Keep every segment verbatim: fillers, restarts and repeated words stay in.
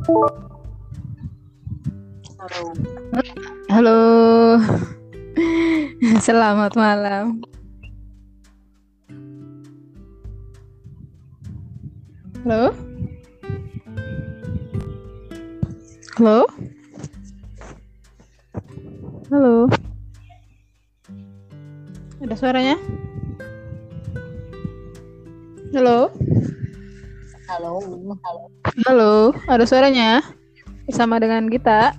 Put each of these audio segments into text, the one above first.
Halo. Halo. Selamat malam. Halo. Halo. Halo. Ada suaranya? Halo. Halo. Halo. Halo. Ada suaranya? Bersama dengan kita.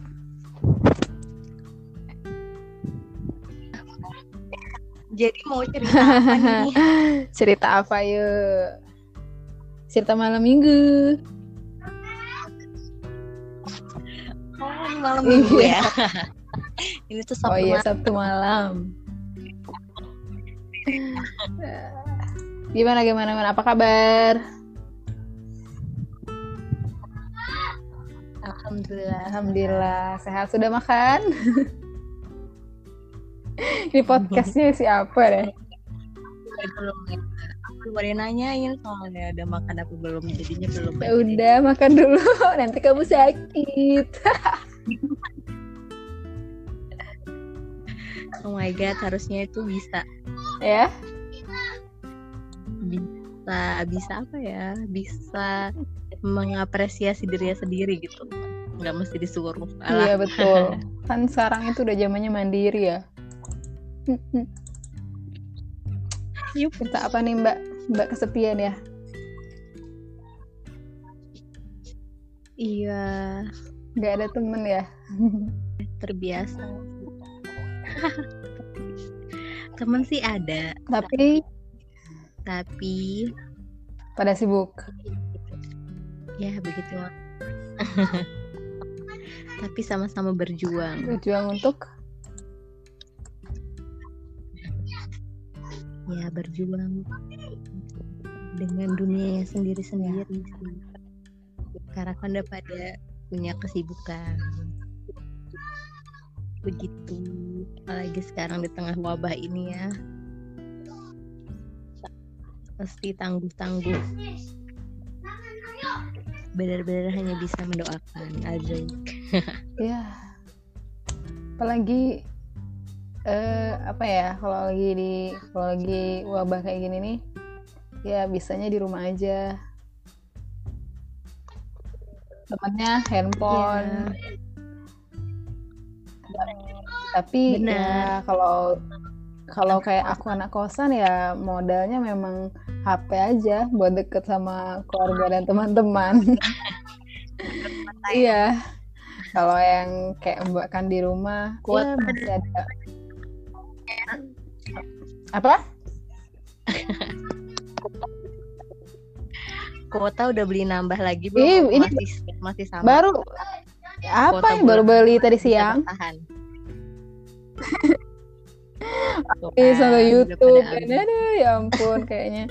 Jadi mau cerita apa nih? Cerita apa yuk? Cerita malam minggu. Oh, ini malam minggu ya. Ini tuh Oh Sabtu iya, malam. Sabtu malam. Gimana gimana gimana? Apa kabar? Alhamdulillah. Alhamdulillah sehat. Sudah makan? Ini podcastnya siapa deh? Belum ya. Aku baru nanyain soalnya ada makan apa belum, jadinya belum. Ya udah makan dulu. Nanti kamu sakit. Oh my god, harusnya itu bisa. Ya? Bisa bisa apa ya? Bisa mengapresiasi dirinya sendiri gitu. Nggak mesti disuruh. Alah. Iya betul. Kan sekarang itu udah zamannya mandiri ya. Yuk. Cerita apa nih Mbak? Mbak kesepian ya? Iya. Gak ada temen ya? Terbiasa. Temen sih ada. Tapi Tapi pada sibuk. ya begitu. Tapi sama-sama berjuang. Berjuang untuk? Ya berjuang dengan dunianya sendiri-sendiri. Karena kan udah pada punya kesibukan. Begitu. Apalagi sekarang di tengah wabah ini ya. Pasti tangguh-tangguh. Benar-benar hanya bisa mendoakan aja. Ya. Apalagi eh, apa ya, kalau lagi di kalau lagi wabah kayak gini nih, ya bisanya di rumah aja. Temannya handphone. Ya. Tapi Benar. ya kalau kalau kayak aku anak kosan ya modalnya memang H P aja buat deket sama keluarga dan teman-teman. Iya. Kalau yang kayak Mbak kan di rumah, Kuat. ya masih ada. Apa? Kuota udah beli nambah lagi belum? Ih, ini masih masih sama. Baru apa Kuota yang baru bulan beli tadi bisa siang? bertahan. Ih, sama Udah YouTube. pada habis. Aduh, ya ampun kayaknya.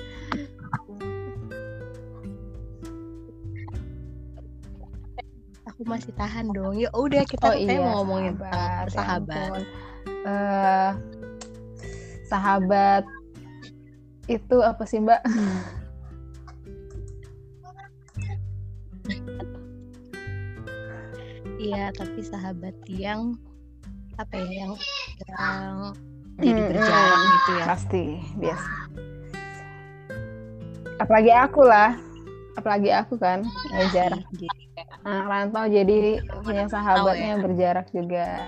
Aku masih tahan dong. Ya udah kita Oh katanya iya, mau ngomongin tentang sahabat, ya persahabatan. ampun. Eh, sahabat itu apa sih Mbak? Iya, tapi sahabat yang apa ya, yang yang jadi berjalan gitu ya. Pasti, biasa. Apalagi aku lah, apalagi aku kan ngejar Jadi kayak anak rantau, jadi punya sahabatnya ya. berjarak juga.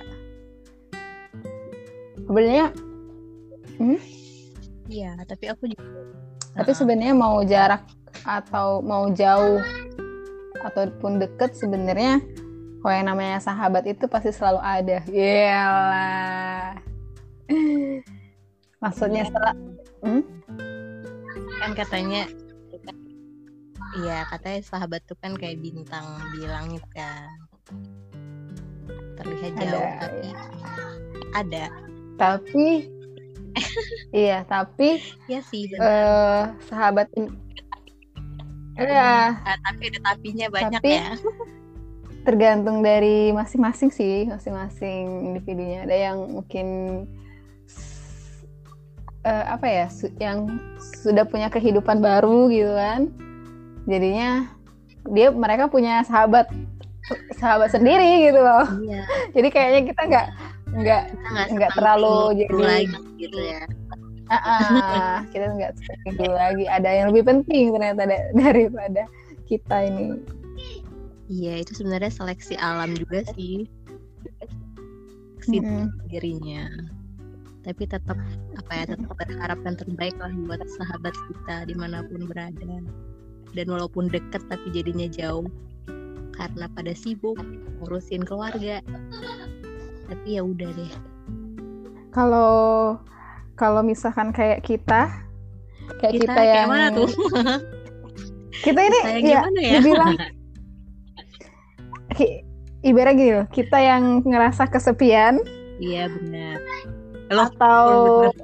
Sebenarnya, hmm? Iya, tapi aku juga. Tapi sebenarnya mau jarak atau mau jauh ataupun deket, sebenarnya kalau yang namanya sahabat itu pasti selalu ada. Yelah. Maksudnya setelah, hmm? Kan katanya, iya katanya sahabat tuh kan kayak bintang di langit kan, terlihat jauh Ada, tapi ya. ada. Tapi, iya tapi Ya sih. eh, sahabat ini, ya. Nah, tapi ada tapinya banyak Tapi, ya. tergantung dari masing-masing sih, masing-masing individunya. Ada yang mungkin uh, apa ya, su- yang sudah punya kehidupan baru gitu kan. Jadinya dia mereka punya sahabat sahabat sendiri gitu loh. Iya. Jadi kayaknya kita nggak nggak nggak terlalu jadi lagi gitu ya. Uh-uh, kita nggak seperti dulu lagi. Ada yang lebih penting ternyata da- daripada kita ini. Iya, itu sebenarnya seleksi alam juga sih. Seleksi Mm-hmm. dirinya. Tapi tetap apa ya, tetap berharap yang terbaik lah buat sahabat kita dimanapun berada. Dan walaupun deket tapi jadinya jauh karena pada sibuk ngurusin keluarga. Tapi ya udah deh. Kalau kalau misalkan kayak kita, kayak kita, Kita yang kayak mana tuh? kita ini Kita yang ya, gimana ya? dibilang ki- ibarat gini loh, kita yang ngerasa kesepian Iya benar. Loh, atau bener.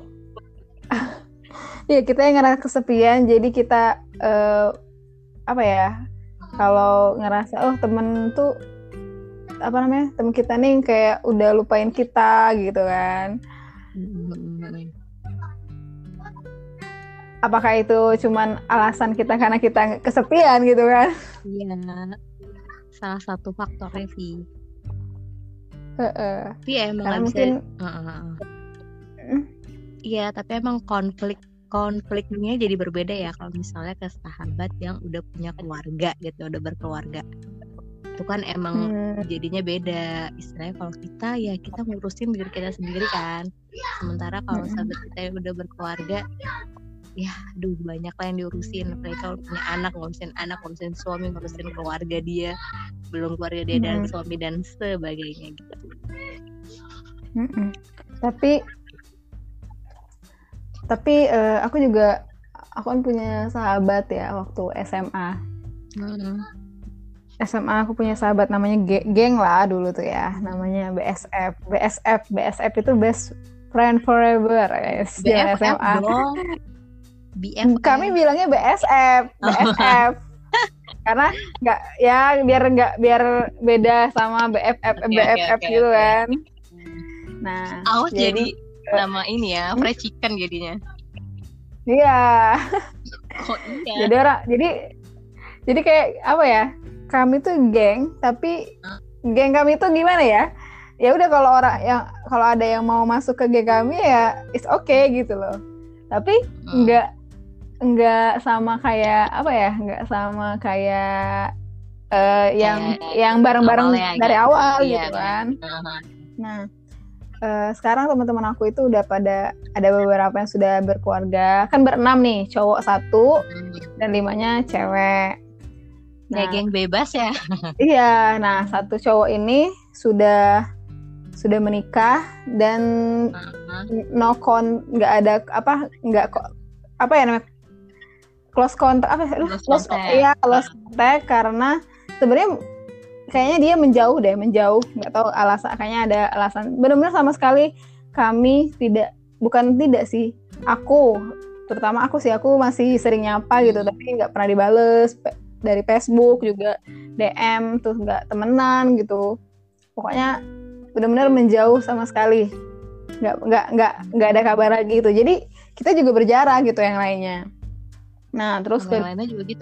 ya kita yang ngerasa kesepian, jadi kita eh, apa ya? Kalau ngerasa oh temen tuh apa namanya, temen kita nih kayak udah lupain kita gitu kan? Mm-hmm. Apakah itu cuman alasan kita karena kita kesepian gitu kan? Iya, salah satu faktornya sih. Uh-uh. Tapi ya emang Karena nggak bisa. mungkin Uh-uh. mm, Iya, tapi emang konflik konfliknya jadi berbeda ya kalau misalnya ke sahabat yang udah punya keluarga gitu, udah berkeluarga. Itu kan emang hmm, jadinya beda. Istilahnya kalau kita ya kita ngurusin diri kita sendiri kan. Sementara kalau mm-mm. sahabat kita yang udah berkeluarga, ya aduh banyak lah yang diurusin. Apalagi kalau punya anak, ngurusin anak, ngurusin suami, ngurusin keluarga dia, belum keluarga dia dan Mm-mm. suami dan sebagainya gitu. Mm-mm. Tapi tapi eh, aku juga aku kan punya sahabat ya waktu S M A. Hmm. S M A aku punya sahabat namanya Ge- geng lah dulu tuh ya, namanya B S F. B S F, B S F itu best friend forever ya, sejak S M A. dong. B F F. Kami bilangnya B S F, B S F. Karena nggak ya biar nggak biar beda sama B F F, Oke, B F F oke, oke, gitu oke. kan. Nah, Awas jadi, jadi nama ini ya, fried chicken jadinya. iya. Kok iya? Jadi orang jadi jadi kayak apa ya? Kami tuh geng, tapi Hah? geng kami tuh gimana ya? Ya udah kalau orang yang kalau ada yang mau masuk ke geng kami ya it's okay gitu loh. Tapi Hmm. nggak nggak sama kayak apa ya? Nggak sama kayak eh, yang Kayak yang bareng-bareng awalnya dari gitu. awal Iya, gitu iya. kan. Uh-huh. Nah, eh, sekarang teman-teman aku itu udah pada ada beberapa yang sudah berkeluarga. Kan berenam nih, cowok satu Hmm. dan limanya cewek. Kayak Nah, geng bebas ya. iya, nah satu cowok ini sudah sudah menikah dan Uh-huh. no con nggak ada apa nggak kok apa ya namanya close contact apa aduh, Close close contact. ya close contact karena sebenarnya kayaknya dia menjauh deh menjauh nggak tahu alasan kayaknya ada alasan benar-benar sama sekali kami tidak bukan tidak sih aku terutama aku sih aku masih sering nyapa gitu Hmm. tapi nggak pernah dibales pe- dari Facebook juga D M tuh nggak temenan gitu pokoknya benar-benar menjauh sama sekali nggak nggak nggak nggak ada kabar lagi gitu jadi kita juga berjarak gitu yang lainnya nah terus Sama ke, yang lainnya juga gitu.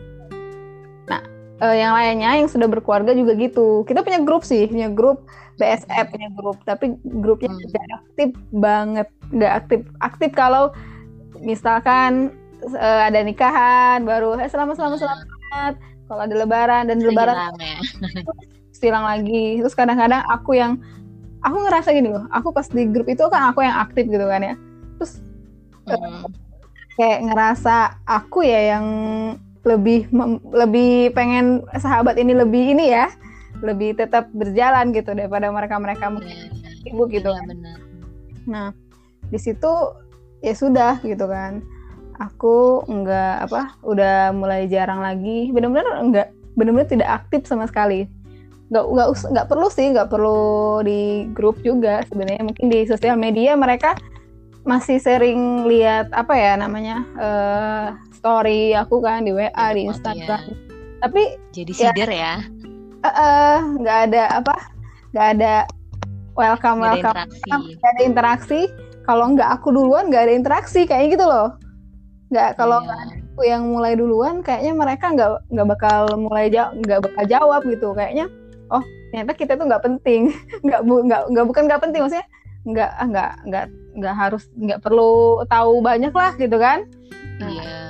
eh, yang lainnya yang sudah berkeluarga juga gitu kita punya grup sih punya grup B S F punya grup tapi grupnya Hmm. nggak aktif banget nggak aktif aktif kalau misalkan eh, ada nikahan baru eh selamat selamat selamat kalau ada lebaran dan Lagi lebaran rame ya. silang lagi terus kadang-kadang aku yang aku ngerasa gini loh aku pas di grup itu kan aku yang aktif gitu kan ya terus Hmm. kayak ngerasa aku ya yang lebih mem- lebih pengen sahabat ini lebih ini ya lebih tetap berjalan gitu daripada mereka-mereka mungkin Iya, sibuk gitu iya kan. benar. Nah di situ ya sudah gitu kan aku nggak apa udah mulai jarang lagi benar-benar nggak benar-benar tidak aktif sama sekali nggak nggak us- nggak perlu sih nggak perlu di grup juga sebenarnya mungkin di sosial media mereka masih sering lihat apa ya namanya eh, story aku kan di W A di Iya. Instagram tapi Jadi Ya. sider ya. eh, eh, nggak ada apa nggak ada welcome Nggak ada welcome interaksi. nggak ada interaksi kalau nggak aku duluan nggak ada interaksi kayak gitu loh nggak kalau Iya. aku yang mulai duluan kayaknya mereka nggak nggak bakal mulai jawab nggak bakal jawab gitu kayaknya oh ternyata kita tuh nggak penting, nggak bu nggak nggak bukan nggak penting, maksudnya nggak nggak nggak nggak harus nggak perlu tahu banyak lah gitu kan. Nah, Iya.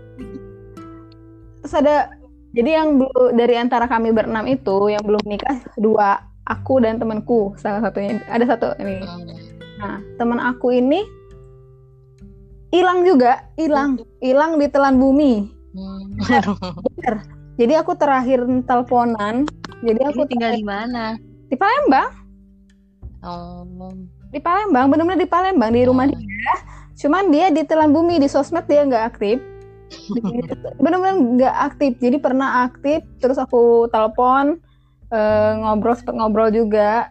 terus ada jadi yang belum dari antara kami berenam itu yang belum nikah dua, aku dan temanku salah satunya, ada satu ini. Hmm. Nah teman aku ini hilang juga, hilang hilang ditelan bumi. Hmm. Bener. Jadi aku terakhir teleponan, jadi aku Ini tinggal di mana? di Palembang. Oh. Di Palembang, benar-benar di Palembang, di rumah Oh. dia. Cuman dia ditelan bumi, di sosmed dia nggak aktif. Benar-benar nggak aktif. Jadi pernah aktif, terus aku telepon, eh, ngobrol sempet ngobrol juga.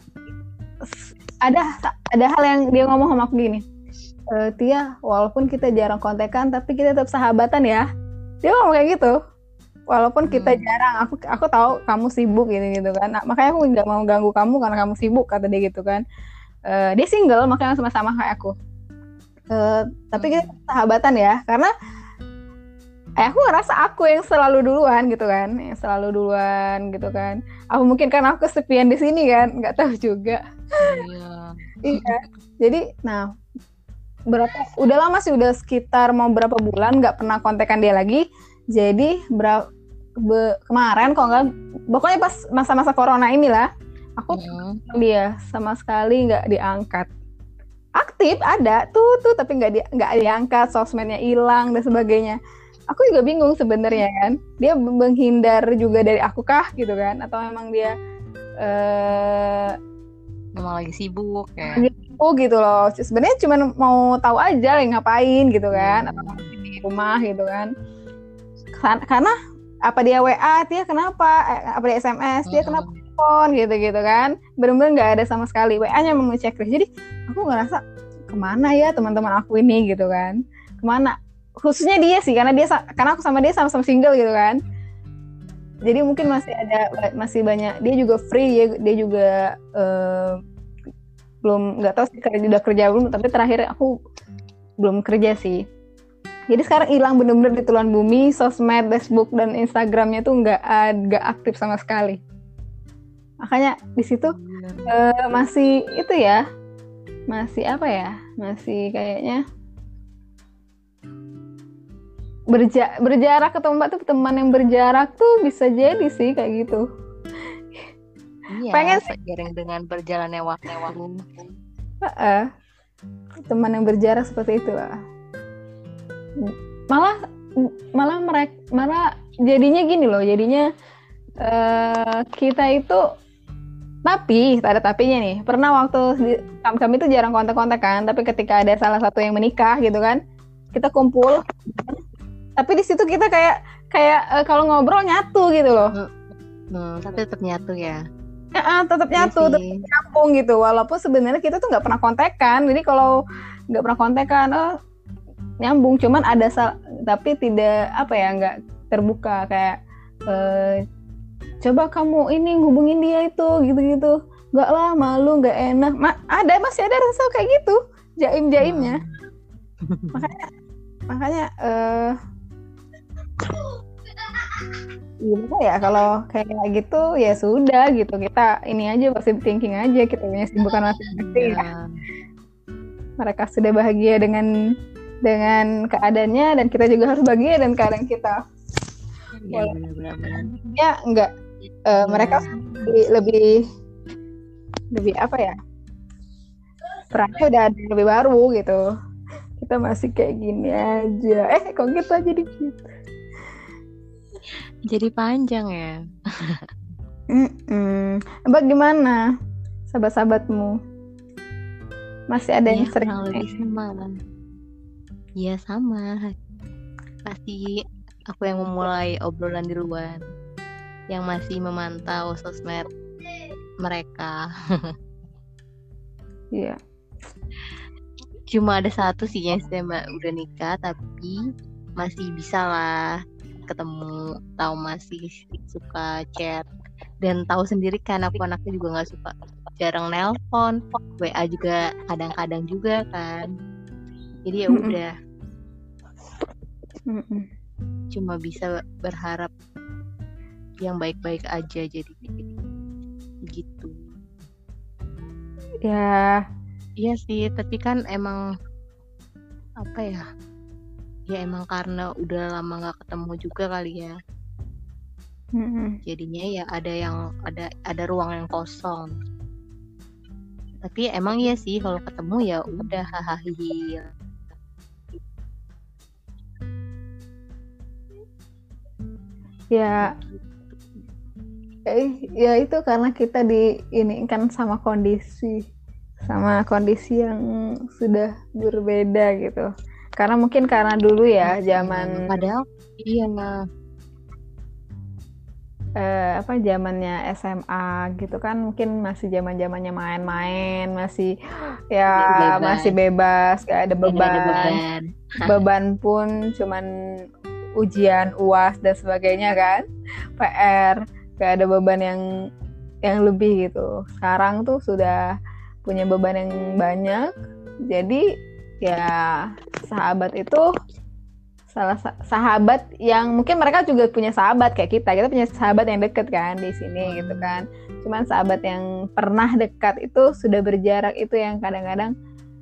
Ada ada hal yang dia ngomong sama aku gini, e, Tia, walaupun kita jarang kontekan, tapi kita tetap sahabatan ya. Dia ngomong kayak gitu. Walaupun kita Hmm. jarang, aku aku tahu kamu sibuk gitu gitu kan. Nah, makanya aku nggak mau ganggu kamu karena kamu sibuk, kata dia gitu kan. Uh, dia single makanya sama-sama kayak aku. Uh, tapi kita sahabatan ya, karena eh, aku ngerasa aku yang selalu duluan gitu kan, yang selalu duluan gitu kan. Aku mungkin kan aku kesepian di sini kan, nggak tahu juga. Iya. Iya. Jadi, nah berapa? Udah lama sih, udah sekitar mau berapa bulan nggak pernah kontekan dia lagi. Jadi berapa? Be, kemarin kok nggak, pokoknya pas masa-masa corona inilah, aku Hmm. dia sama sekali nggak diangkat. Aktif ada tuh tuh tapi nggak di, nggak diangkat, sosmednya hilang dan sebagainya. Aku juga bingung sebenarnya kan, dia menghindar juga dari aku kah gitu kan, atau memang dia eh Memang lagi sibuk ya. gitu gitu loh. Sebenarnya cuma mau tahu aja lagi ngapain gitu kan, atau masih di rumah gitu kan. Karena apa dia W A, dia kenapa, apa dia S M S, dia kenapa telepon gitu-gitu kan. Benar-benar nggak ada sama sekali. W A-nya memang checklist. Jadi aku ngerasa kemana ya teman-teman aku ini gitu kan. Kemana? Khususnya dia sih, karena dia karena aku sama dia sama-sama single gitu kan. Jadi mungkin masih ada masih banyak, dia juga free, dia, dia juga uh, belum, nggak tahu sih udah kerja belum, tapi terakhir aku belum kerja sih. Jadi sekarang hilang bener-bener ditelan bumi, sosmed, Facebook dan Instagramnya tuh nggak nggak aktif sama sekali. Makanya di situ uh, masih itu ya, masih apa ya, masih kayaknya berja berjarak ketemu Mbak tuh, teman yang berjarak tuh bisa jadi sih kayak gitu. Iya, pengen seiring dengan berjalannya waktu. Uh-uh. Teman yang berjarak seperti itu lah. Malah malah mereka malah jadinya gini loh, jadinya uh, kita itu, tapi ada tapinya nih. Pernah waktu di, kami itu jarang kontak-kontakan, tapi ketika ada salah satu yang menikah gitu kan, kita kumpul. Tapi di situ kita kayak kayak uh, kalau ngobrol nyatu gitu loh. Hmm, tapi tetap nyatu ya. Ya, uh, tetap nyatu, iya tetap nyambung gitu. Walaupun sebenarnya kita tuh nggak pernah kontekan. Jadi kalau nggak pernah kontekan, oh nyambung. Cuman ada sal- tapi tidak apa ya, nggak terbuka kayak uh, coba kamu ini ngubungin dia itu gitu-gitu. Nggak lah, malu, nggak enak. Ma- ada masih ada rasa kayak gitu, jaim-jaimnya. Hmm. makanya makanya uh, gimana ya, kalau kayak gitu ya sudah gitu, kita ini aja positive thinking aja, kita punya sibukan masing-masing ya. Mereka sudah bahagia dengan dengan keadaannya, dan kita juga harus bahagia dengan keadaan kita. Iya, benar-benar. Ya enggak, uh, ya. Mereka lebih, lebih lebih apa ya, perannya udah ada yang lebih baru gitu, kita masih kayak gini aja. Eh kok kita jadi gitu, jadi panjang ya. Mbak gimana sahabat-sahabatmu? Masih ada ya, yang sering? Lebih sama lah. Iya sama. Pasti aku yang memulai obrolan duluan, yang masih memantau sosmed mereka. Iya. Cuma ada satu sih yang saya udah nikah, tapi masih bisa lah ketemu, tahu masih suka chat, dan tahu sendiri kan aku anaknya juga nggak suka, jarang nelpon, W A juga kadang-kadang juga kan, jadi ya udah, cuma bisa berharap yang baik-baik aja jadi. gitu. Ya, Iya sih, tapi kan emang apa ya? Ya emang karena udah lama nggak ketemu juga kali ya. mm-mm. Jadinya ya ada yang ada ada ruang yang kosong. Tapi emang iya sih kalau ketemu ya udah hahaha. Ya, eh, ya itu karena kita di ini kan sama kondisi sama kondisi yang sudah berbeda gitu. Karena mungkin karena dulu ya zaman Padahal iya nah eh, apa zamannya S M A gitu kan mungkin masih zaman-zamannya main-main, masih ya bebas. masih bebas, gak ada Nggak beban. ada beban. Beban pun cuman ujian, U A S dan sebagainya kan, P R, gak ada beban yang yang lebih gitu. Sekarang tuh sudah punya beban yang banyak, jadi ya sahabat itu salah sa- sahabat yang mungkin mereka juga punya sahabat kayak kita, kita punya sahabat yang deket kan di sini gitu kan. Cuman sahabat yang pernah dekat itu sudah berjarak, itu yang kadang-kadang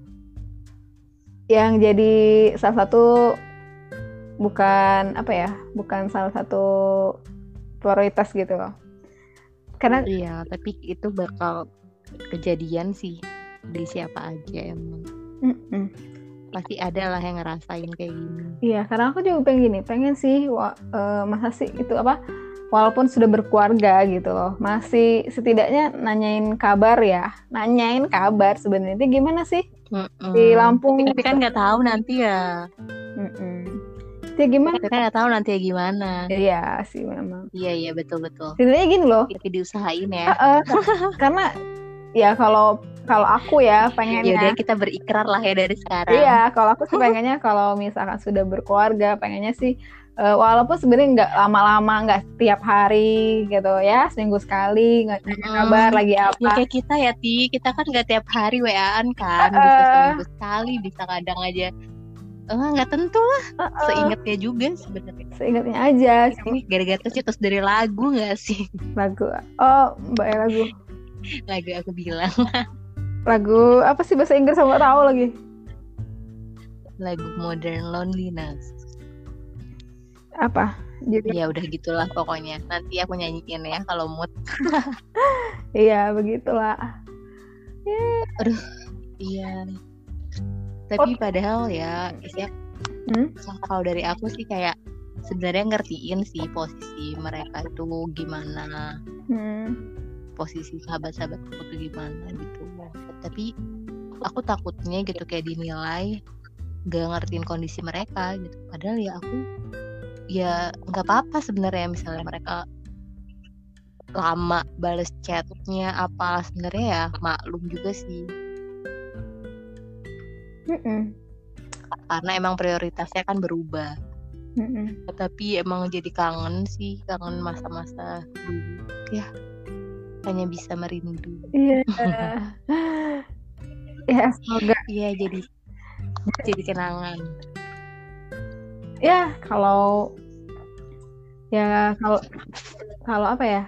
yang jadi salah satu bukan apa ya, bukan salah satu prioritas gitu loh. Karena iya, tapi itu bakal kejadian sih di siapa aja emang. mm-mm. Pasti ada lah yang ngerasain kayak gini. Iya, karena aku juga pengen gini, pengen sih wa- uh, masa sih itu apa, walaupun sudah berkeluarga gitu loh, masih setidaknya nanyain kabar ya, nanyain kabar sebenarnya gimana sih Mm-mm. di Lampung. Tapi kan nggak tahu nanti ya. Mm-mm. Dia gimana? Tapi kan nggak tahu nanti ya gimana. Iya sih memang. Iya iya betul betul. Setidaknya gini loh. Tapi diusahain ya. Uh, uh, karena ya kalau kalau aku ya pengennya. Ya udah kita berikrar lah ya dari sekarang. Iya, kalau aku sih pengennya kalau misalkan sudah berkeluarga, pengennya sih uh, walaupun sebenarnya nggak lama-lama, nggak tiap hari gitu ya, seminggu sekali nggak tanya Mm. kabar lagi Ya apa. kayak kita ya Ti, kita kan nggak tiap hari W A-an kan, Uh, bisa seminggu sekali, bisa kadang aja eh, nggak tentu lah, uh, seingatnya juga sebenarnya. Seingatnya aja. Ini gara-gara tercetus dari lagu nggak sih? Lagu, oh mbak ya lagu, Lagu aku bilang lagu apa sih bahasa Inggris, aku nggak tahu lagi. lagu Modern Loneliness. Apa? Jadi Ya udah gitulah pokoknya. Nanti aku nyanyiin ya kalau mood. iya begitulah. Aduh, iya. Tapi padahal ya, ya Hmm? kalau dari aku sih kayak sebenarnya ngertiin sih posisi mereka itu gimana, Hmm. posisi sahabat-sahabat aku tuh gimana gitu. Tapi aku takutnya gitu kayak dinilai gak ngertiin kondisi mereka gitu. Padahal ya aku ya nggak apa-apa sebenarnya misalnya mereka lama bales chatnya apa, sebenarnya ya maklum juga sih. Mm-mm. Karena emang prioritasnya kan berubah. Mm-mm. Tapi emang jadi kangen sih, kangen masa-masa dulu ya, hanya bisa merindu. Iya. Ya semoga Iya jadi jadi kenangan. ya kalau ya kalau kalau apa ya,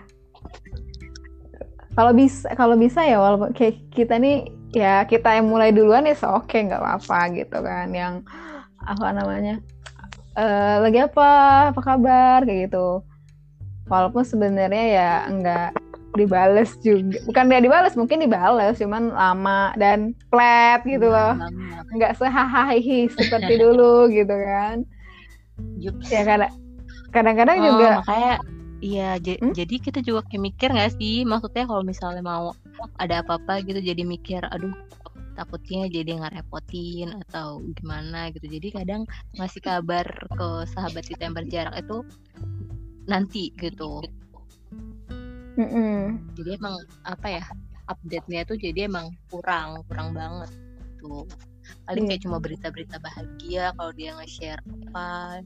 kalau bisa kalau bisa ya walaupun kayak kita nih ya, kita yang mulai duluan ya oke, nggak apa-apa gitu kan, yang apa namanya eh, lagi apa apa kabar kayak gitu, walaupun sebenarnya ya nggak dibales juga, bukan nggak dibales, mungkin dibales cuman lama dan flat gitu loh, nggak sehahahi seperti dulu gitu kan. Yups. Ya kadang kadang-kadang Oh, juga makanya iya j- Hmm? jadi kita juga kayak mikir nggak sih, maksudnya kalau misalnya mau ada apa-apa gitu jadi mikir aduh takutnya jadi ngerepotin atau gimana gitu, jadi kadang ngasih kabar ke sahabat kita yang berjarak itu nanti gitu. mm-mm. Jadi emang apa ya, update-nya tuh jadi emang kurang kurang banget tuh. Paling kayak Iya. cuma berita-berita bahagia kalau dia nge-share apa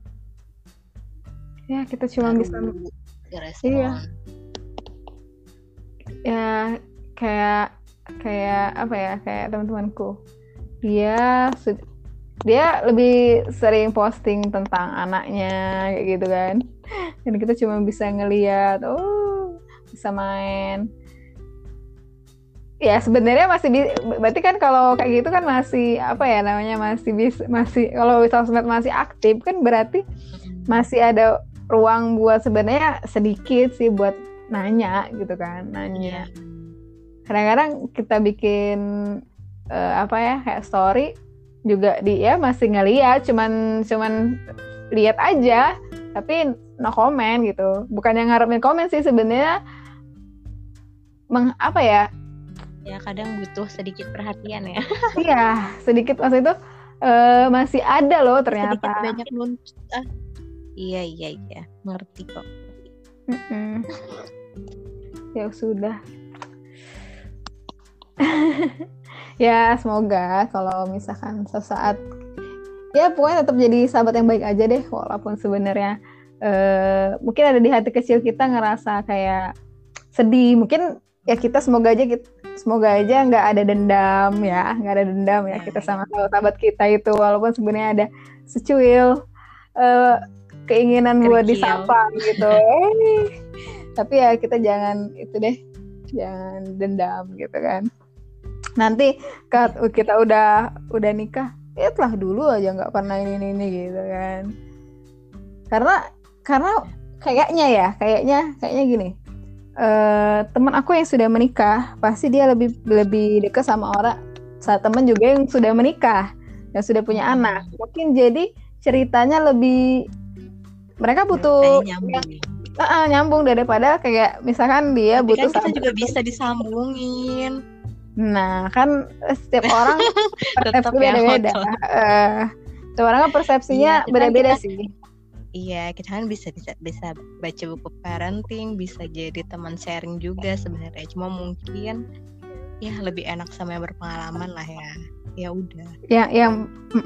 Ya kita cuma bisa baru direspon. Iya. ya kayak kayak apa ya, kayak teman-temanku, dia sud- dia lebih sering posting tentang anaknya kayak gitu kan, dan kita cuma bisa ngelihat oh bisa main, ya sebenarnya masih bi- berarti kan kalau kayak gitu kan masih apa ya namanya masih bis masih kalau sosmed masih aktif kan berarti masih ada ruang buat sebenarnya sedikit sih buat nanya gitu kan nanya. Iya. Kadang-kadang kita bikin uh, apa ya kayak story juga dia masih ngeliat cuman cuman lihat aja tapi no comment gitu. Bukan yang ngarepin komen sih sebenarnya meng, apa ya? Ya kadang butuh sedikit perhatian ya. Iya, sedikit maksud itu uh, masih ada loh ternyata. Sedikit banyak nuntut. Ah. Iya iya iya, ngerti kok. Ya sudah. Ya semoga kalau misalkan sesaat ya pokoknya tetap jadi sahabat yang baik aja deh walaupun sebenarnya uh, mungkin ada di hati kecil kita ngerasa kayak sedih mungkin ya kita semoga aja kita, semoga aja nggak ada dendam ya nggak ada dendam ya, ya kita sama ya. Sahabat kita itu walaupun sebenarnya ada secuil uh, keinginan buat disapa gitu tapi ya kita jangan itu deh jangan dendam gitu kan nanti kita udah udah nikah ya telah dulu aja nggak pernah ini ini gitu kan karena karena kayaknya ya kayaknya kayaknya gini uh, teman aku yang sudah menikah pasti dia lebih lebih dekat sama orang saat teman juga yang sudah menikah yang sudah punya hmm. anak mungkin jadi ceritanya lebih mereka butuh nyambung. Yang, uh, nyambung daripada kayak misalkan dia tapi butuh kan kita juga bisa disambungin. Nah kan setiap orang persepsi beda-beda. Uh, setiap orang kan persepsinya iya, beda-beda kita, sih. Iya kita kan bisa bisa bisa baca buku parenting, bisa jadi teman sharing juga sebenarnya. Cuma mungkin ya lebih enak sama yang berpengalaman lah ya. Ya udah. Ya yang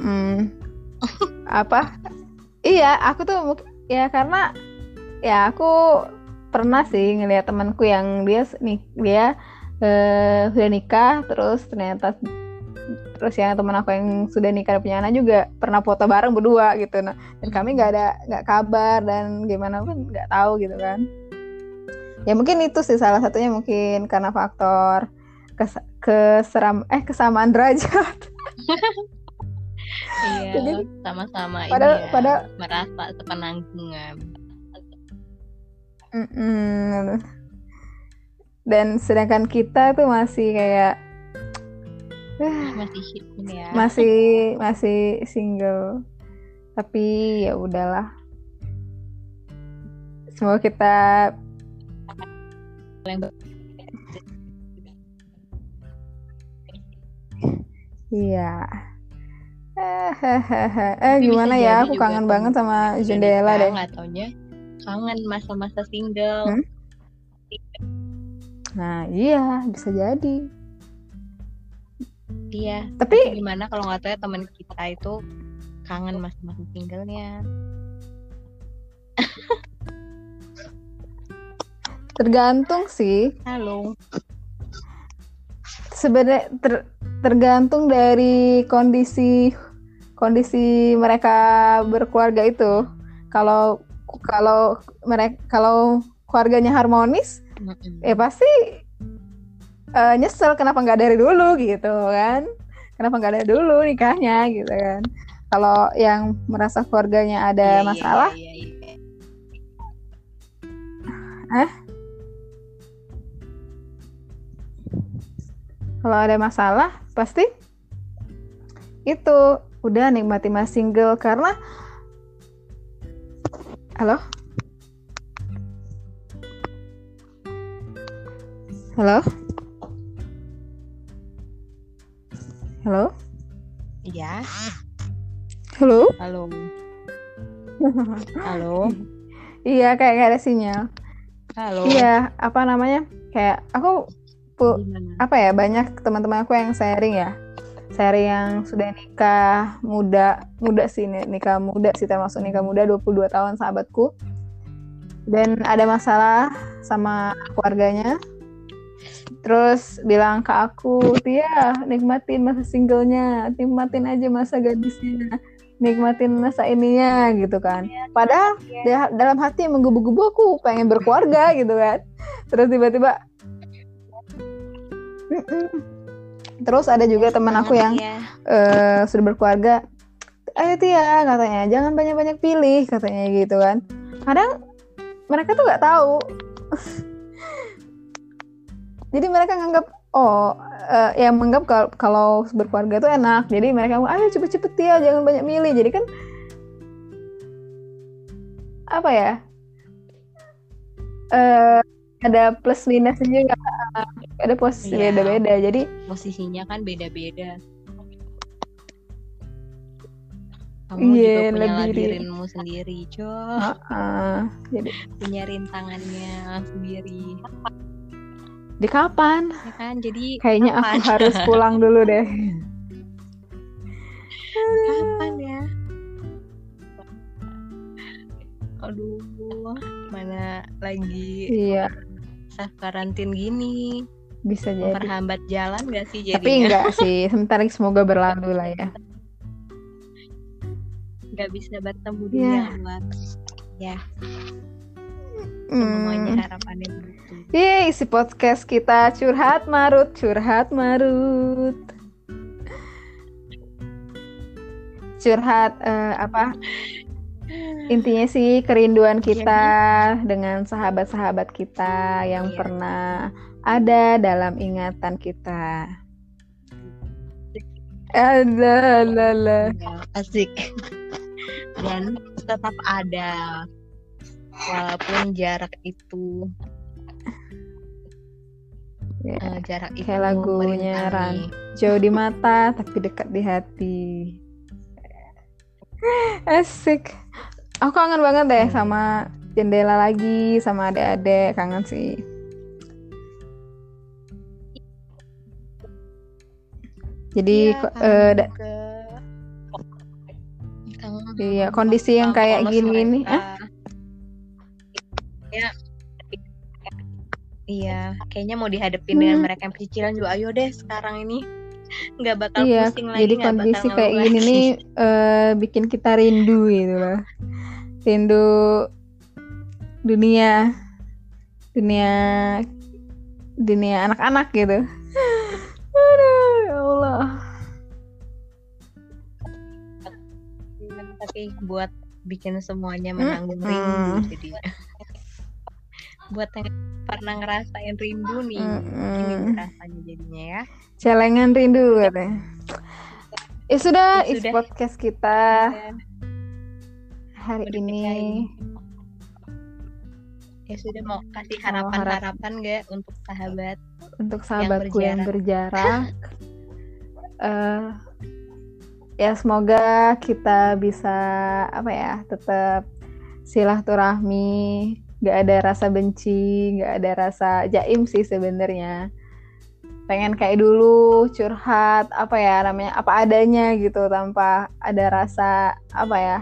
apa? Iya aku tuh ya karena ya aku pernah sih ngelihat temanku yang dia nih dia uh, sudah nikah terus ternyata terus yang teman aku yang sudah nikah dan punya anak juga pernah foto bareng berdua gitu nah dan kami nggak ada nggak kabar dan gimana pun nggak tahu gitu kan ya mungkin itu sih salah satunya mungkin karena faktor kes, keseram eh kesamaan derajat. Iya, jadi, sama-sama pada, ini ya, pada, merasa sepenanggungan. Dan sedangkan kita tuh masih kayak uh, masih ini ya. Masih masih single. Tapi ya udahlah. Semoga kita iya. Eh gimana ya aku kangen banget sama jendela deh nggak taunya kangen masa-masa single hmm? Nah iya bisa jadi iya tapi, tapi gimana kalau nggak tahu ya teman kita itu kangen masa-masa singlenya tergantung sih halo sebenarnya ter, tergantung dari kondisi kondisi mereka berkeluarga itu. Kalau kalau mereka kalau keluarganya harmonis, mm-hmm. ya pasti uh, nyesel kenapa nggak dari dulu gitu kan? Kenapa nggak dari dulu nikahnya gitu kan? Kalau yang merasa keluarganya ada yeah, masalah, yeah, yeah, yeah. eh? Kalau ada masalah pasti itu udah nikmati mas single karena halo halo halo iya halo halo halo iya kayak gak ada sinyal halo iya apa namanya kayak aku pu- apa ya banyak teman-teman aku yang sharing ya sharing yang sudah nikah muda muda sih nikah muda sih termasuk nikah muda dua puluh dua tahun sahabatku dan ada masalah sama keluarganya terus bilang ke aku Tia nikmatin masa singlenya nikmatin aja masa gadisnya nikmatin masa ininya gitu kan padahal ya. Dalam hati menggebu-gebu aku pengen berkeluarga gitu kan terus tiba-tiba Mm-mm. Terus ada juga teman aku yang ya. uh, sudah berkeluarga, ayo Tia katanya, jangan banyak-banyak pilih katanya gitu kan. Kadang mereka tuh nggak tahu. Jadi mereka nganggap oh uh, ya menganggap kalau, kalau berkeluarga itu enak. Jadi mereka mau ayo cepet-cepet Tia, jangan banyak milih. Jadi kan apa ya? Uh, ada plus minusnya juga, ada posisi Iya, beda-beda. Jadi posisinya kan beda-beda. Kamu iya, juga punya lebih ri- labirinmu sendiri, Cok. uh-uh. Jadi Punya rintangannya sendiri. di kapan? Ya kan? Jadi Kayaknya kapan? aku harus pulang dulu deh. Kapan ya? Aduh, mana lagi Iya, self karantin gini. bisa jadi. Memperhambat jalan gak sih jadinya? Tapi enggak sih, sebentar lagi semoga berlalu lah ya. Gak bisa bertemu Iya. dunia luar. Ya, semuanya Hmm. harapannya begitu. Yeay, isi podcast kita curhat marut, curhat marut. Curhat eh, apa? Intinya sih kerinduan kita dengan sahabat-sahabat kita yang Iya. pernah ada dalam ingatan kita. Ada, lala. Ya, asik. Dan tetap ada walaupun jarak itu Ya, eh, jarak itu kayak lagunya Ran, merintangi. jauh di mata tapi dekat di hati. Asik. Aku kangen banget deh Hmm. sama jendela lagi, sama adik-adik, kangen sih. Jadi Iya, ko- kangen eh, da- juga. Kangen iya, sama kondisi yang kayak polos gini nih, mereka. ah, Ya, iya, kayaknya mau dihadapin dengan Hmm. mereka yang cicilan juga. Ayo deh sekarang ini nggak bakal iya, pusing lagi, jadi nggak bakal kondisi ngeluh kayak gini lagi. nih eh, bikin kita rindu gitu loh, rindu dunia, dunia, dunia anak-anak gitu. Aduh, ya Allah. Tapi buat bikin semuanya Hmm, menanggung rindu hmm. jadi buat yang pernah ngerasain rindu nih, Hmm. ini rasanya jadinya ya. Celengan rindu katanya. Ya sudah, Ya is sudah. podcast kita Ya, hari udah ini. ya sudah, mau kasih Mau harap- harapan-harapan nggak untuk sahabat? Untuk sahabatku yang berjarak, eh, ya semoga kita bisa apa ya, tetap silaturahmi, nggak ada rasa benci, nggak ada rasa jaim sih sebenarnya. Pengen kayak dulu curhat apa ya namanya, apa adanya gitu, tanpa ada rasa apa ya,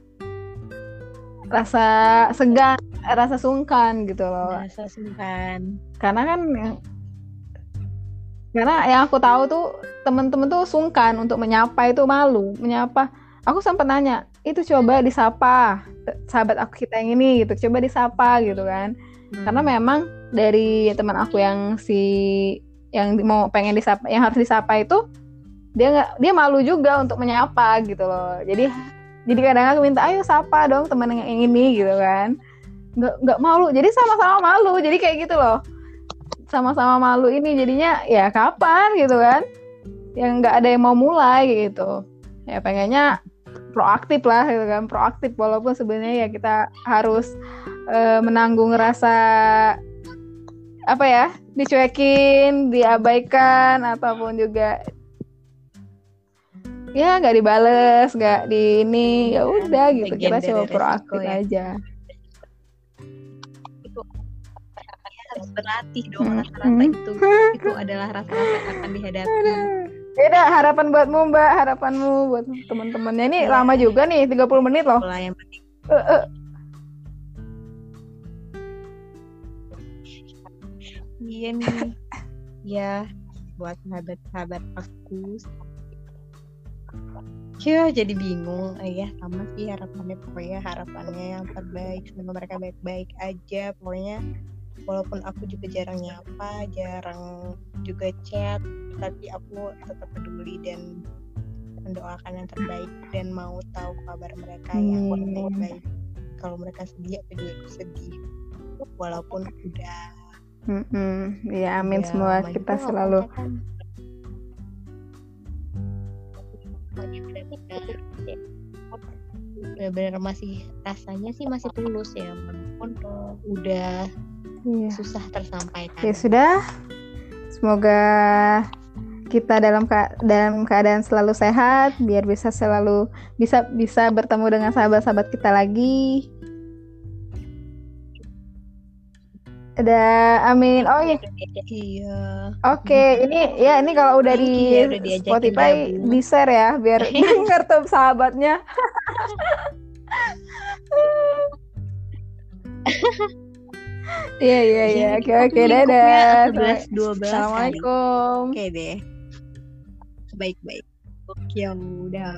rasa segan, rasa sungkan gitu loh. Rasa sungkan. Karena kan yang karena yang aku tahu tuh temen-temen tuh sungkan untuk menyapa, itu malu menyapa. Aku sempat nanya, itu coba disapa sahabat aku kita yang ini gitu, coba disapa gitu kan. Hmm. Karena memang dari teman aku yang si yang di- mau pengen disapa, yang harus disapa itu dia nggak, dia malu juga untuk menyapa gitu loh. Jadi jadi kadang aku minta ayo sapa dong teman yang ini gitu kan. Nggak nggak malu, jadi sama-sama malu, jadi kayak gitu loh, sama-sama malu ini jadinya ya kapan gitu kan, yang nggak ada yang mau mulai gitu. Ya pengennya proaktif lah gitu kan, proaktif walaupun sebenarnya ya kita harus eh, menanggung rasa apa ya, dicuekin, diabaikan, ataupun juga ya nggak dibales, nggak di ini, ya udah gitu, Bagian kita dari coba resiko proaktif ya. aja. Itu harus berlatih dong, Hmm. rasa-rasa itu itu adalah rasa-rasa yang akan dihadapi. Beda harapan buatmu Mbak, harapanmu buat teman-temannya. Ini Iya. lama juga nih, tiga puluh menit loh. Itulah yang penting. Eh, eh. Iya nih, ya buat sahabat-sahabat aku. Ya jadi bingung, eh, ya sama sih harapannya, pokoknya harapannya yang terbaik, semoga mereka baik-baik aja, pokoknya walaupun aku juga jarang nyapa, jarang juga chat, tapi aku tetap peduli dan mendoakan yang terbaik dan mau tahu kabar mereka yang Hmm. baik. Kalau mereka sedih, aku juga sedih. Walaupun udah Mm-mm. Ya amin, udah semua lama kita juga selalu kontakan. Benar-benar benar-benar masih rasanya sih masih tulus ya, walaupun udah iya. susah tersampaikan. Ya sudah, semoga kita dalam ke- dalam keadaan selalu sehat, biar bisa selalu bisa bisa bertemu dengan sahabat-sahabat kita lagi. Ada amin. Oh iya. Iya. Oke, okay. ini ya ini kalau udah Thank di you ya udah Spotify gabung. di share ya biar denger tuh sahabatnya. Iya iya iya. Oke oke, dadah. sebelas dua belas Assalamualaikum. Oke deh. Baik-baik. Oke, udah.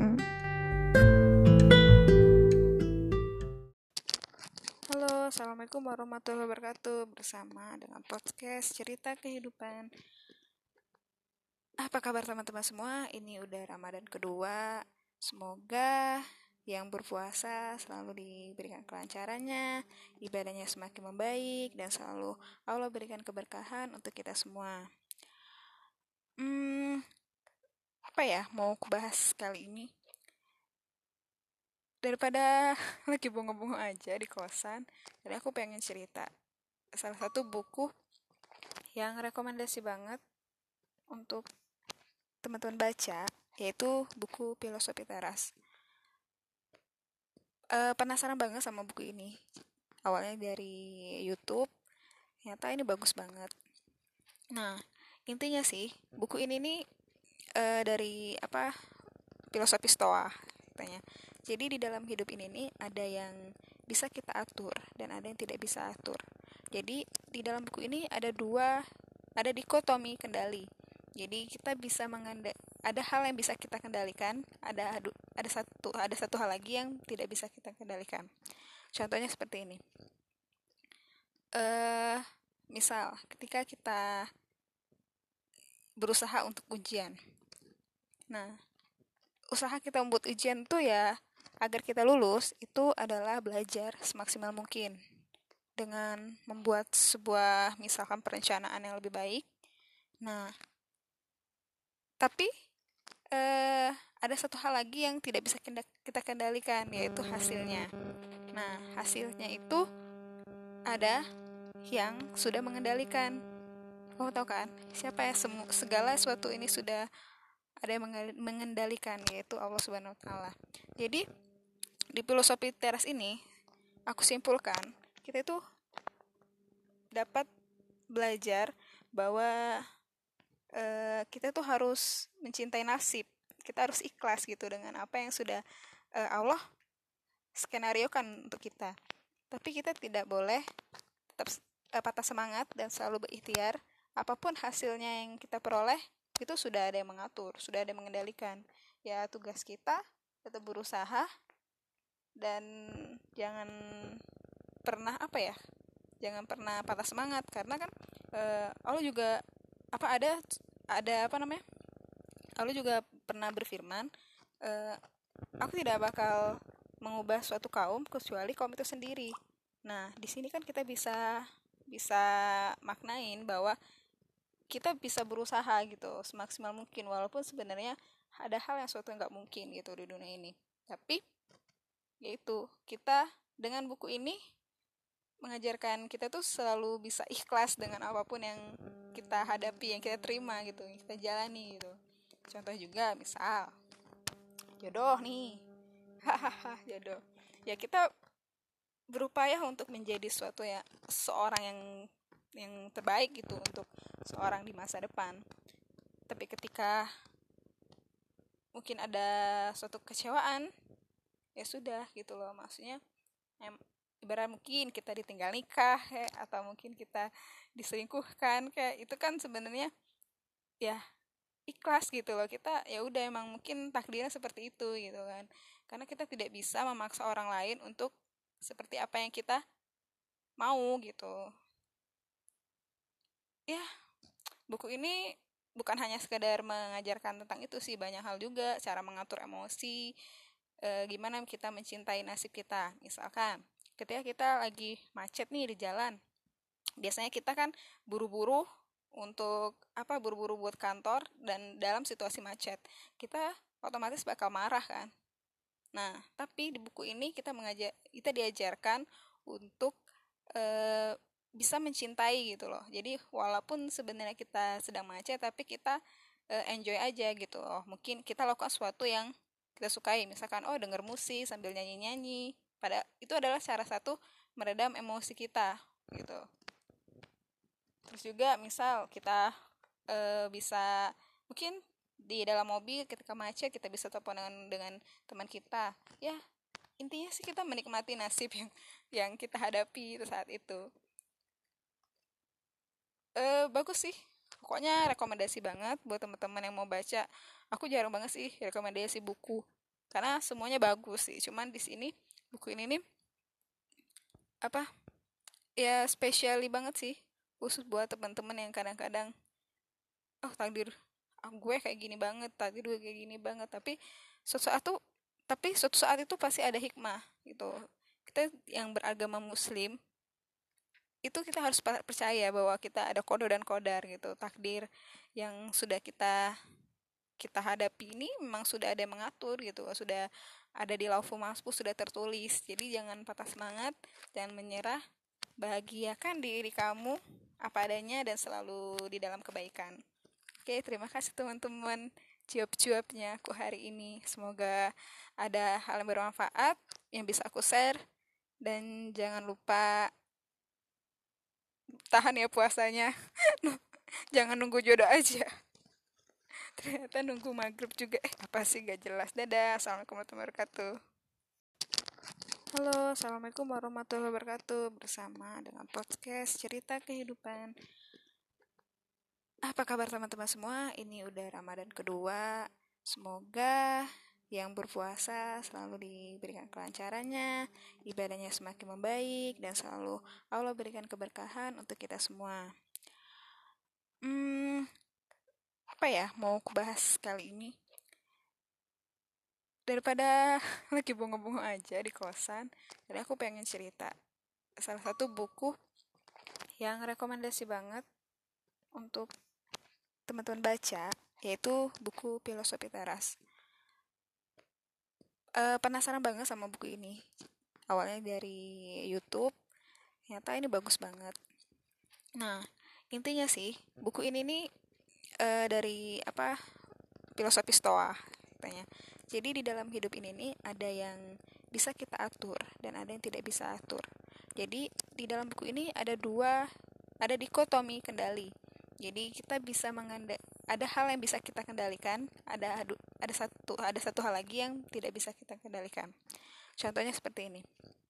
Halo, assalamualaikum warahmatullahi wabarakatuh. Bersama dengan podcast Cerita Kehidupan. Apa kabar teman-teman semua? Ini udah Ramadan kedua. Semoga yang berpuasa selalu diberikan kelancarannya, ibadahnya semakin membaik, dan selalu Allah berikan keberkahan untuk kita semua. Hmm, apa ya mau kubahas kali ini? Daripada lagi bengong-bengong aja di kosan, jadi aku pengen cerita salah satu buku yang rekomendasi banget untuk teman-teman baca, yaitu buku Filosofi Teras. E, penasaran banget sama buku ini. Awalnya dari YouTube, ternyata ini bagus banget. Nah, intinya sih buku ini nih e, dari apa filosofi Stoa katanya. Jadi di dalam hidup ini nih ada yang bisa kita atur dan ada yang tidak bisa atur. Jadi di dalam buku ini ada dua, ada dikotomi kendali. Jadi kita bisa menganda, ada hal yang bisa kita kendalikan, ada ada satu ada satu hal lagi yang tidak bisa kita kendalikan. Contohnya seperti ini. Eh, misal ketika kita berusaha untuk ujian. Nah, usaha kita membuat ujian tuh ya agar kita lulus itu adalah belajar semaksimal mungkin dengan membuat sebuah misalkan perencanaan yang lebih baik. Nah, tapi eh, ada satu hal lagi yang tidak bisa kita kendalikan, yaitu hasilnya. Nah, hasilnya itu ada yang sudah mengendalikan. Kamu tahu kan, siapa ya semu- segala sesuatu ini sudah ada yang mengendalikan, yaitu Allah Subhanahu Wa Taala. Jadi di filosofi teras ini aku simpulkan kita itu dapat belajar bahwa Uh, kita tuh harus mencintai nasib, kita harus ikhlas gitu dengan apa yang sudah uh, Allah skenariokan untuk kita. Tapi kita tidak boleh tetap uh, patah semangat dan selalu berikhtiar. Apapun hasilnya yang kita peroleh itu sudah ada yang mengatur, sudah ada yang mengendalikan. Ya tugas kita tetap berusaha dan jangan pernah apa ya, jangan pernah patah semangat karena kan uh, Allah juga apa ada ada apa namanya Allah juga pernah berfirman e, aku tidak bakal mengubah suatu kaum kecuali kaum itu sendiri. Nah di sini kan kita bisa bisa maknain bahwa kita bisa berusaha gitu semaksimal mungkin walaupun sebenarnya ada hal yang suatu yang nggak mungkin gitu di dunia ini. Tapi yaitu kita dengan buku ini mengajarkan kita tuh selalu bisa ikhlas dengan apapun yang kita hadapi, yang kita terima gitu, yang kita jalani gitu. Contoh juga misal jodoh nih, hahaha jodoh. Ya kita berupaya untuk menjadi suatu ya seorang yang yang terbaik gitu untuk seorang di masa depan. Tapi ketika mungkin ada suatu kecewaan, ya sudah gitu loh, maksudnya em, ibarat mungkin kita ditinggal nikah ya, atau mungkin kita diselingkuhkan kayak itu kan sebenarnya ya ikhlas gitu loh, kita ya udah emang mungkin takdirnya seperti itu gitu kan, karena kita tidak bisa memaksa orang lain untuk seperti apa yang kita mau gitu. ya buku ini bukan hanya sekedar mengajarkan tentang itu sih, banyak hal juga, cara mengatur emosi, e, gimana kita mencintai nasib kita. Misalkan ketika kita lagi macet nih di jalan, biasanya kita kan buru-buru untuk apa buru-buru buat kantor, dan dalam situasi macet kita otomatis bakal marah kan. Nah, tapi di buku ini kita mengajar kita diajarkan untuk e, bisa mencintai gitu loh. Jadi walaupun sebenarnya kita sedang macet, tapi kita e, enjoy aja gitu loh. Mungkin kita lakukan sesuatu yang kita sukai, misalkan oh denger musik sambil nyanyi-nyanyi. Pada itu adalah cara satu meredam emosi kita gitu. Terus juga misal kita e, bisa mungkin di dalam mobil ketika macet kita bisa telepon dengan dengan teman kita. Ya, intinya sih kita menikmati nasib yang yang kita hadapi itu saat itu. Eh bagus sih. Pokoknya rekomendasi banget buat teman-teman yang mau baca. Aku jarang banget sih rekomendasi buku karena semuanya bagus sih. Cuman di sini buku ini nih apa? Ya spesiali banget sih, khusus buat teman-teman yang kadang-kadang oh takdir ah, gue kayak gini banget, takdir gue kayak gini banget, tapi suatu saat tuh tapi suatu saat itu pasti ada hikmah gitu. Kita yang beragama muslim itu kita harus percaya bahwa kita ada qada dan qadar gitu, takdir yang sudah kita kita hadapi ini memang sudah ada yang mengatur gitu, sudah ada di lauhul mahfuz, sudah tertulis. Jadi jangan patah semangat, jangan menyerah, bahagiakan diri kamu apa adanya dan selalu di dalam kebaikan. Oke, terima kasih teman-teman jawab-jawabnya aku hari ini. Semoga ada hal yang bermanfaat yang bisa aku share, dan jangan lupa tahan ya puasanya. Jangan nunggu jodoh aja. Ternyata nunggu maghrib juga. Eh, apa sih gak jelas. Dadah. Assalamualaikum warahmatullahi wabarakatuh. Halo, assalamualaikum warahmatullahi wabarakatuh. Bersama dengan podcast Cerita Kehidupan. Apa kabar teman-teman semua? Ini udah Ramadan kedua. Semoga yang berpuasa selalu diberikan kelancarannya, ibadahnya semakin membaik, dan selalu Allah berikan keberkahan untuk kita semua. Hmm, apa ya mau aku bahas kali ini? Daripada lagi bengong-bengong aja di kosan, jadi aku pengen cerita salah satu buku yang rekomendasi banget untuk teman-teman baca, yaitu buku Filosofi Teras. E, penasaran banget sama buku ini. Awalnya dari YouTube, ternyata ini bagus banget. Nah, intinya sih buku ini nih e, dari apa filosofi Stoa katanya. Jadi di dalam hidup ini nih ada yang bisa kita atur dan ada yang tidak bisa atur. Jadi di dalam buku ini ada dua, ada dikotomi kendali. Jadi kita bisa mengandalkan, ada hal yang bisa kita kendalikan, ada ada satu ada satu hal lagi yang tidak bisa kita kendalikan. Contohnya seperti ini.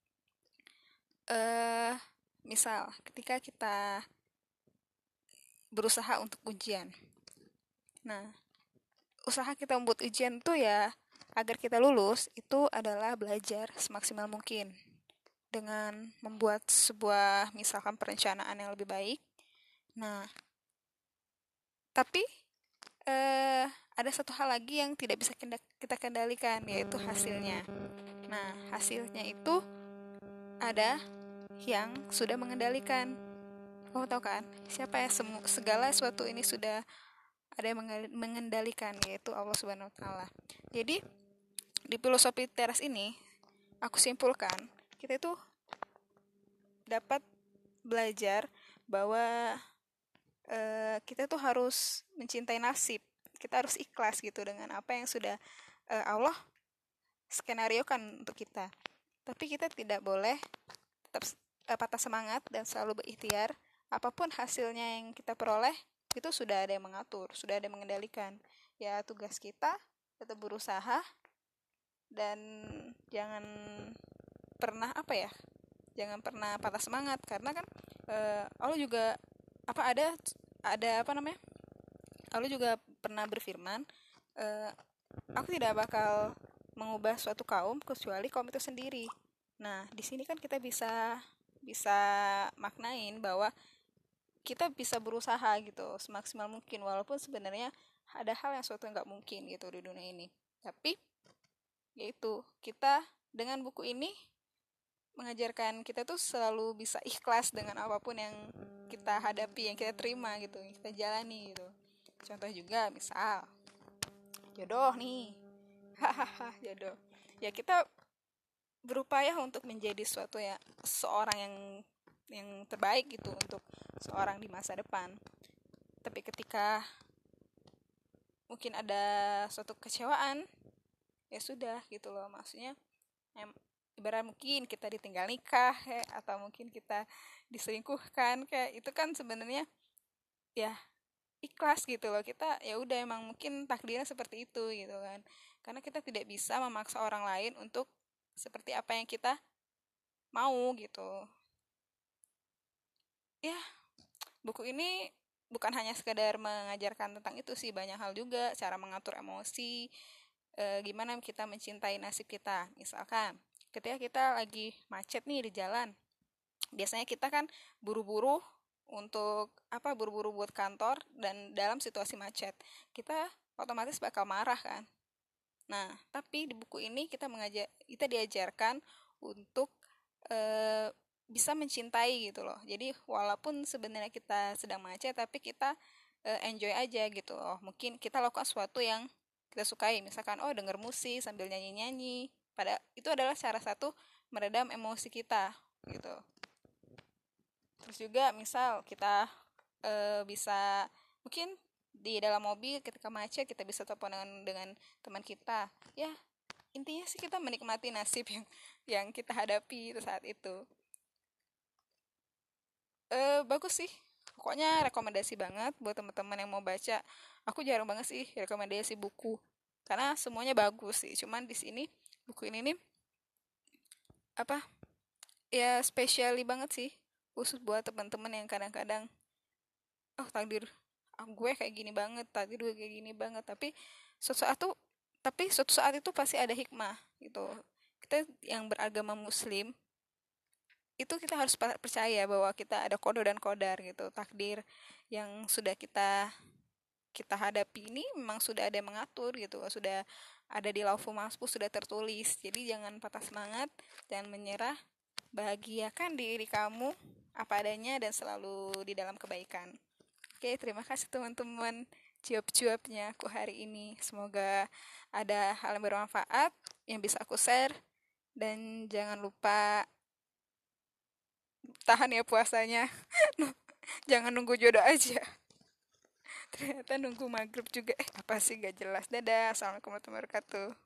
Eh, misal ketika kita berusaha untuk ujian. Nah, usaha kita membuat ujian tuh ya agar kita lulus itu adalah belajar semaksimal mungkin dengan membuat sebuah misalkan perencanaan yang lebih baik. Nah, tapi eh, ada satu hal lagi yang tidak bisa kita kendalikan, yaitu hasilnya. Nah, hasilnya itu ada yang sudah mengendalikan. Kamu tahu kan? Siapa ya? Semu- segala sesuatu ini sudah ada yang mengendalikan, yaitu Allah Subhanahu Wa Taala. Jadi di filosofi teras ini aku simpulkan kita itu dapat belajar bahwa Uh, kita tuh harus mencintai nasib, kita harus ikhlas gitu dengan apa yang sudah uh, Allah skenariokan untuk kita. Tapi kita tidak boleh tetap uh, patah semangat dan selalu berikhtiar. Apapun hasilnya yang kita peroleh itu sudah ada yang mengatur, sudah ada yang mengendalikan. Ya tugas kita tetap berusaha dan jangan pernah apa ya, jangan pernah patah semangat, karena kan uh, Allah juga apa ada ada apa namanya Allah juga pernah berfirman, e, aku tidak bakal mengubah suatu kaum kecuali kaum itu sendiri. Nah di sini kan kita bisa bisa maknain bahwa kita bisa berusaha gitu semaksimal mungkin, walaupun sebenarnya ada hal yang suatu nggak mungkin gitu di dunia ini. Tapi yaitu kita dengan buku ini mengajarkan kita tuh selalu bisa ikhlas dengan apapun yang kita hadapi, yang kita terima gitu, yang kita jalani gitu. Contoh juga misal jodoh nih, hahaha jodoh. Ya kita berupaya untuk menjadi suatu ya seorang yang yang terbaik gitu untuk seorang di masa depan. Tapi ketika mungkin ada suatu kecewaan, ya sudah gitu loh, maksudnya em, ibarat mungkin kita ditinggal nikah ya, atau mungkin kita diselingkuhkan kayak itu kan sebenarnya ya ikhlas gitu loh, kita ya udah emang mungkin takdirnya seperti itu gitu kan, karena kita tidak bisa memaksa orang lain untuk seperti apa yang kita mau gitu ya. Buku ini bukan hanya sekadar mengajarkan tentang itu sih, banyak hal juga, cara mengatur emosi, e, gimana kita mencintai nasib kita. Misalkan ketika kita lagi macet nih di jalan, biasanya kita kan buru-buru untuk apa, buru-buru buat kantor, dan dalam situasi macet kita otomatis bakal marah kan. Nah tapi di buku ini kita mengajar, kita diajarkan untuk e, bisa mencintai gitu loh. Jadi walaupun sebenarnya kita sedang macet, tapi kita e, enjoy aja gitu loh. Mungkin kita lakukan sesuatu yang kita sukai, misalkan oh denger musik sambil nyanyi-nyanyi, pada itu adalah cara satu meredam emosi kita gitu. Terus juga misal kita e, bisa mungkin di dalam mobil ketika macet kita bisa telepon dengan dengan teman kita ya. Intinya sih kita menikmati nasib yang yang kita hadapi saat itu. Eh bagus sih, pokoknya rekomendasi banget buat teman-teman yang mau baca. Aku jarang banget sih rekomendasi buku karena semuanya bagus sih, cuman di sini buku ini nih apa ya spesiali banget sih, khusus buat teman-teman yang kadang-kadang oh takdir ah, gue kayak gini banget, takdir gue kayak gini banget, tapi suatu saat tuh tapi suatu saat itu pasti ada hikmah gitu. Kita yang beragama muslim itu kita harus percaya bahwa kita ada qada dan qadar gitu, takdir yang sudah kita kita hadapi ini memang sudah ada yang mengatur gitu, sudah ada di lauhul mahfuz, sudah tertulis. Jadi jangan patah semangat, jangan menyerah, bahagiakan diri kamu apa adanya dan selalu di dalam kebaikan. Oke, terima kasih teman-teman jawab-jawabnya aku hari ini. Semoga ada hal yang bermanfaat yang bisa aku share, dan jangan lupa tahan ya puasanya. Jangan nunggu jodoh aja. Ternyata nunggu maghrib juga. Eh apa sih gak jelas. Dadah. Assalamualaikum warahmatullahi wabarakatuh.